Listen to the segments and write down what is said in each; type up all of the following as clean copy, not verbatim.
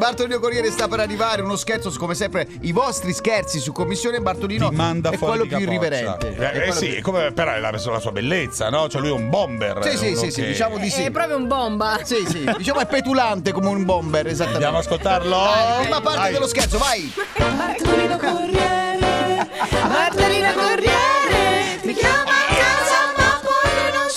Bartolino Corriere sta per arrivare uno scherzo, come sempre i vostri scherzi su Commissione Bartolino è quello più irriverente. Sì, come però è la sua bellezza, no? Cioè lui è un bomber. Sì, diciamo di sì. È proprio un bomba. Sì, diciamo è petulante come un bomber, esattamente. Andiamo a ascoltarlo. Dai, prima parte dello scherzo, vai. Bartolino Corriere, Bartolino Corriere, mi chiama a casa ma poi lui non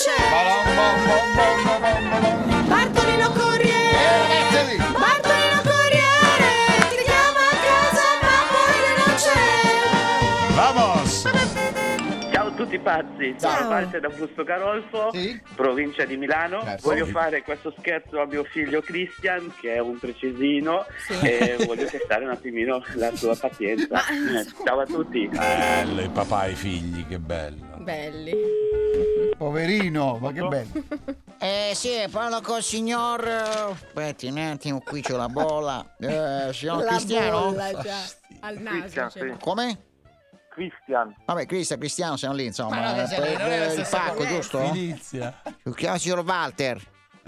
c'è. Bartolino Corriere, Bartolino Corriere, ti chiama a casa ma poi lui non c'è. Vamos! Ciao a tutti pazzi, sono Malte da Busto Carolfo, provincia di Milano. Voglio fare questo scherzo a mio figlio Christian, che è un precisino, e voglio testare un attimino la sua pazienza. Ciao a tutti. Bello il papà e i figli, che bello. Belli. Poverino, ma che bello. Sì, parlo col signor. Aspetti un attimo, qui c'è la bolla. Signor La Cristiano? bolla già al naso. Come? Cristian. Vabbè, Cristiano siamo lì, insomma. Ma non è il pacco, giusto? Inizia. Si chiama signor Walter.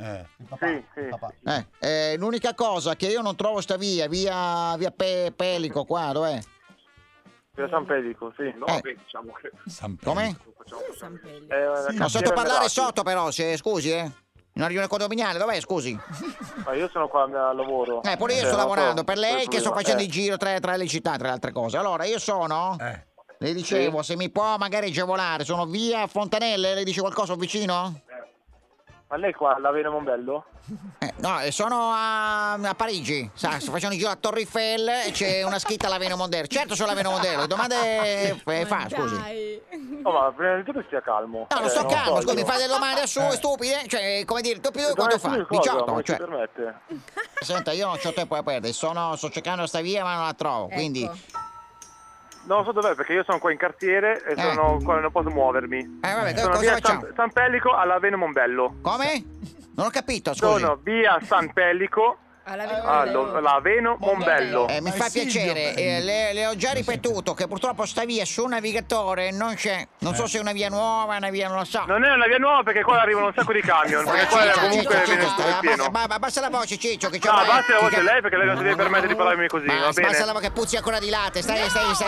Sì. L'unica cosa che io non trovo sta via Pelico qua, dov'è? Via San Pelico, sì. Diciamo che... Come? San Pelli. Non sento parlare sotto però, scusi, Una riunione condominiale, dov'è, scusi? Ma io sono qua al lavoro. Pure io sto lavorando per lei che sto facendo il giro tra le città, tra le altre cose. Allora, io sono... Le dicevo, se mi può magari agevolare, sono via Fontanelle, le dice qualcosa vicino? Ma lei qua all'Avena Monbello? No, sono a Parigi, sto facendo il giro a Torre Eiffel e c'è una scritta all'Avena Mondello. Certo sono all'Avena Mondello, domande fa, scusi. No, ma prima di tutto stia calmo. No, non sto calmo, scusi, mi fai delle domande stupide? Cioè, come dire, tu più quanto fa? 18, cioè. Permette? Senta, io non c'ho tempo da perdere, sto cercando sta via ma non la trovo, quindi... Non so dov'è perché io sono qua in cartiere e sono qua, non posso muovermi. Vabbè, sono cosa via facciamo? San Pellico all'Avena Monbello. Come? Non ho capito, scusi. Sono via San Pellico all'Aveno Monbello. Mi fa piacere, le ho già ripetuto che purtroppo sta via sul navigatore non c'è. Non so se è una via nuova, una via non lo so. Non è una via nuova perché qua arrivano un sacco di camion. Perché qua comunque viene pieno. Abbassa la voce, Ciccio, che c'ho. No, abbassa la voce lei perché lei non si deve permettere di parlarmi così, va bene? Abbassa la voce che puzzi ancora di latte. Stai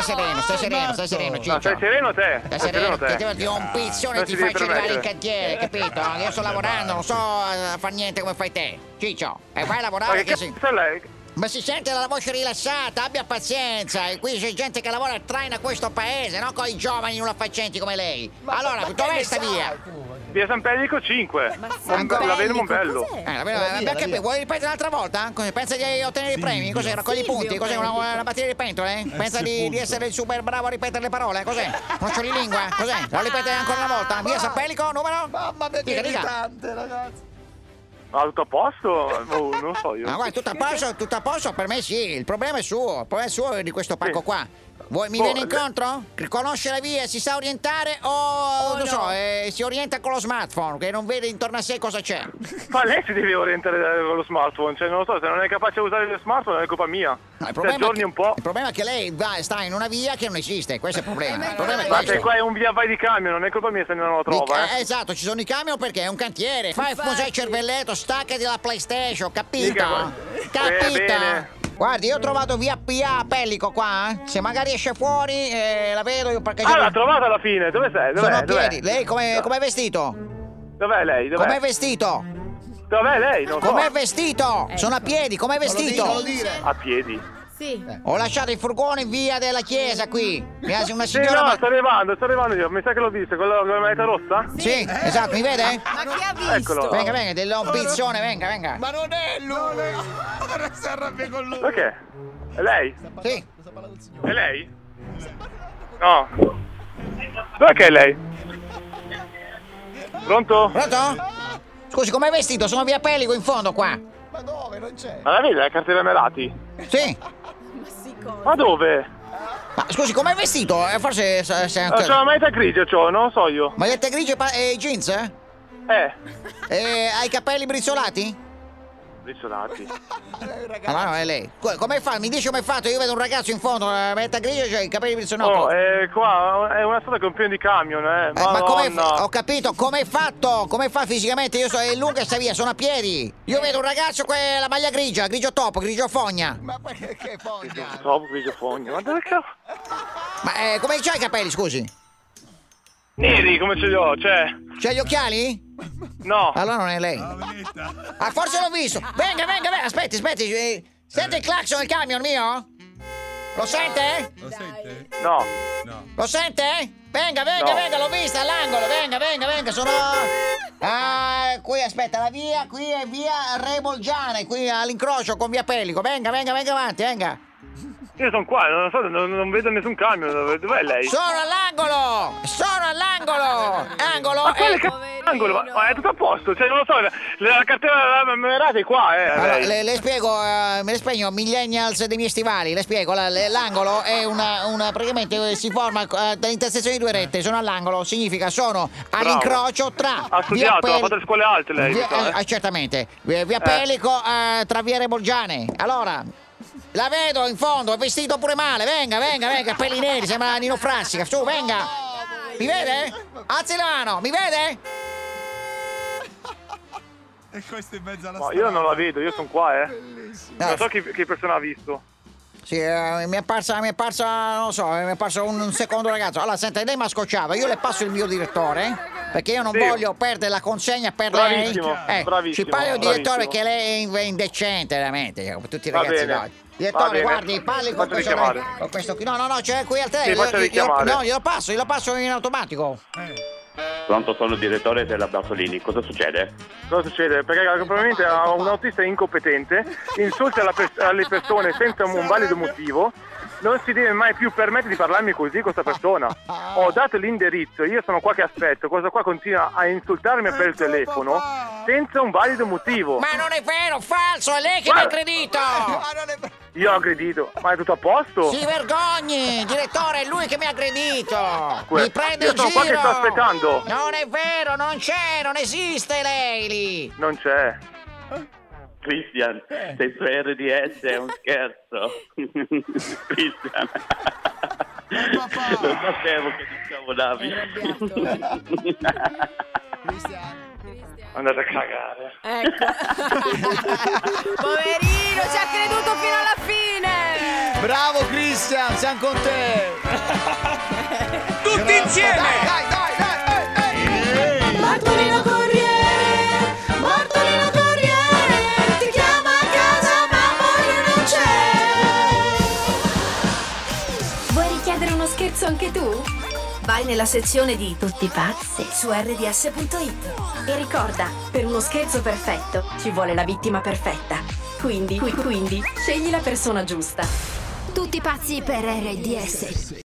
sereno, Ciccio. No, stai sereno te. Stai sereno te. Ti do un pizzone e ti faccio arrivare in cantiere, capito? Io sto lavorando, non so fare niente come fai te. Ciccio, e vai a lavorare che si... Ma si sente la voce rilassata, abbia pazienza. E qui c'è gente che lavora e traina questo paese, no? Con i giovani non affaccenti come lei. Allora, dov'è sta via? Via San Pellico 5. L'Aveno Monbello. Perché vuoi ripetere un'altra volta? Pensa di ottenere i premi? Cos'è? Raccogli i punti? Cos'è? Una batteria di pentole? Pensa di essere super bravo a ripetere le parole? Cos'è? Un scioglilingua? Cos'è? Lo ripetere ancora una volta? Via San Pellico, numero? Mamma mia, che irritante, ragazzi. Ma tutto a posto? Non so io. Ma guarda, tutto a posto per me sì, il problema è suo, di questo pacco qua. Vuoi mi viene incontro? Conosce la via, si sa orientare o non so, si orienta con lo smartphone, che non vede intorno a sé cosa c'è. Ma lei si deve orientare con lo smartphone, cioè non lo so, se non è capace di usare lo smartphone non è colpa mia. No, il problema è che lei sta in una via che non esiste, questo è il problema. Il problema è questo. Ma se qua è un via vai di camion, non è colpa mia se non lo trova. Esatto, ci sono i camion perché è un cantiere. Fai fumare il cervelletto, staccati dalla PlayStation, capito? Capito? Guardi, io ho trovato via Pellico qua, Se magari esce fuori, la vedo io perché... l'ha trovata alla fine, dove sei? Sono a piedi, lei com'è vestito? Dov'è lei? Com'è vestito? Dov'è lei? Non so. Com'è vestito? Sono a piedi, com'è vestito? A piedi. Sì. Ho lasciato il furgone in via della chiesa qui. Una signora... Sì, no, sto arrivando io. Mi sa che l'ho visto, quello con la maglietta rossa? Sì, esatto, mi vede? Ma chi ha visto? Eccolo. Venga, un pizzone, venga. Ma non è lui! Ora si arrabbia con lui! Perché? È lei? Sì. È lei? No. Dov'è che è lei? Pronto? Scusi, com'è vestito? Sono via Pellico in fondo qua. Ma dove? Non c'è? Ma la vedi la cartiera Melati? Sì. Ma dove? Ma scusi, com'è vestito? Forse sei anche... C'ho la maglietta grigia, non lo so io. Maglietta grigia e jeans? E hai i capelli brizzolati? Briciolati. Ma no, è lei. Come fa? Mi dice come è fatto? Io vedo un ragazzo in fondo, metta grigio, c'ha i capelli brizzonati. Qua è una strada con pieno di camion, ma come ho capito, come è fatto? Come fa fisicamente? Io è lunga questa via, sono a piedi. Io vedo un ragazzo con la maglia grigia, grigio topo, grigio fogna. Ma perché che fogna? Grigio topo, grigio fogna. Ma dove cazzo? Ma come c'hai i capelli, scusi? Neri, come ce li ho, cioè. C'hai gli occhiali? No. Allora non è lei. Forse l'ho visto. Venga, aspetti. Sente il clacson del camion mio? Lo sente? Lo sente? No. Lo sente? Venga, l'ho vista all'angolo, venga, sono... qui aspetta, la via, qui è via Re Bolgiane, qui all'incrocio con via Pellico, venga avanti, venga. Io sono qua, non vedo nessun camion, dov'è lei? Sono all'angolo! Angolo! Ma quale angolo? Ma è tutto a posto, cioè non lo so, la cartella della numerata è qua, Allora, le spiego, me le spegno, millennials dei miei stivali, le spiego, l'angolo è una praticamente si forma dall'intersezione di due rette, sono all'angolo, significa sono all'incrocio tra... Ha studiato, ha fatto le scuole alte lei. Certamente, via Pellico tra via Re Bolgiane. Allora... La vedo in fondo, è vestito pure male, venga, capelli neri, sembra Nino Frassica, su, venga! Mi vede? Alzi la mano, mi vede? E questo in mezzo alla strada. Io non la vedo, io sono qua, Non so che persona ha visto. Sì, mi è apparsa, non lo so, mi è apparso un secondo ragazzo. Allora, senta, lei mi scocciava, io le passo il mio direttore, perché io non voglio perdere la consegna per bravissimo, lei. Bravissimo, ci parlo il direttore che lei è indecente, veramente, come tutti i ragazzi d'oggi. Direttore, guardi, parli con questo qui. No, c'è qui al telefono. No, glielo passo in automatico. Pronto, sono il direttore della Bartolini, cosa succede? Cosa succede? Perché probabilmente un autista incompetente insulta alle persone senza un valido motivo. Non si deve mai più permettere di parlarmi così con questa persona. Ho dato l'indirizzo, io sono qua che aspetto. Questo qua continua a insultarmi per il telefono senza un valido motivo. Ma non è vero, falso, è lei che mi ha aggredito. Io ho aggredito, ma è tutto a posto? Si vergogni, direttore, è lui che mi ha aggredito. Mi prende in giro. Io sono qua che sto aspettando. Non è vero, non esiste lei lì. Non c'è. Christian, sei su RDS, è un scherzo. Christian. Non sapevo che ti scavonavi. Andate a cagare. Ecco. Poverino, ci ha creduto fino alla fine. Bravo Christian, siamo con te. Tutti insieme. Dai. Bartolino Corriere ti chiama a casa ma poi non c'è. Vuoi richiedere uno scherzo anche tu? Vai nella sezione di Tutti pazzi su rds.it e ricorda, per uno scherzo perfetto ci vuole la vittima perfetta. Quindi scegli la persona giusta. Tutti pazzi per RDS.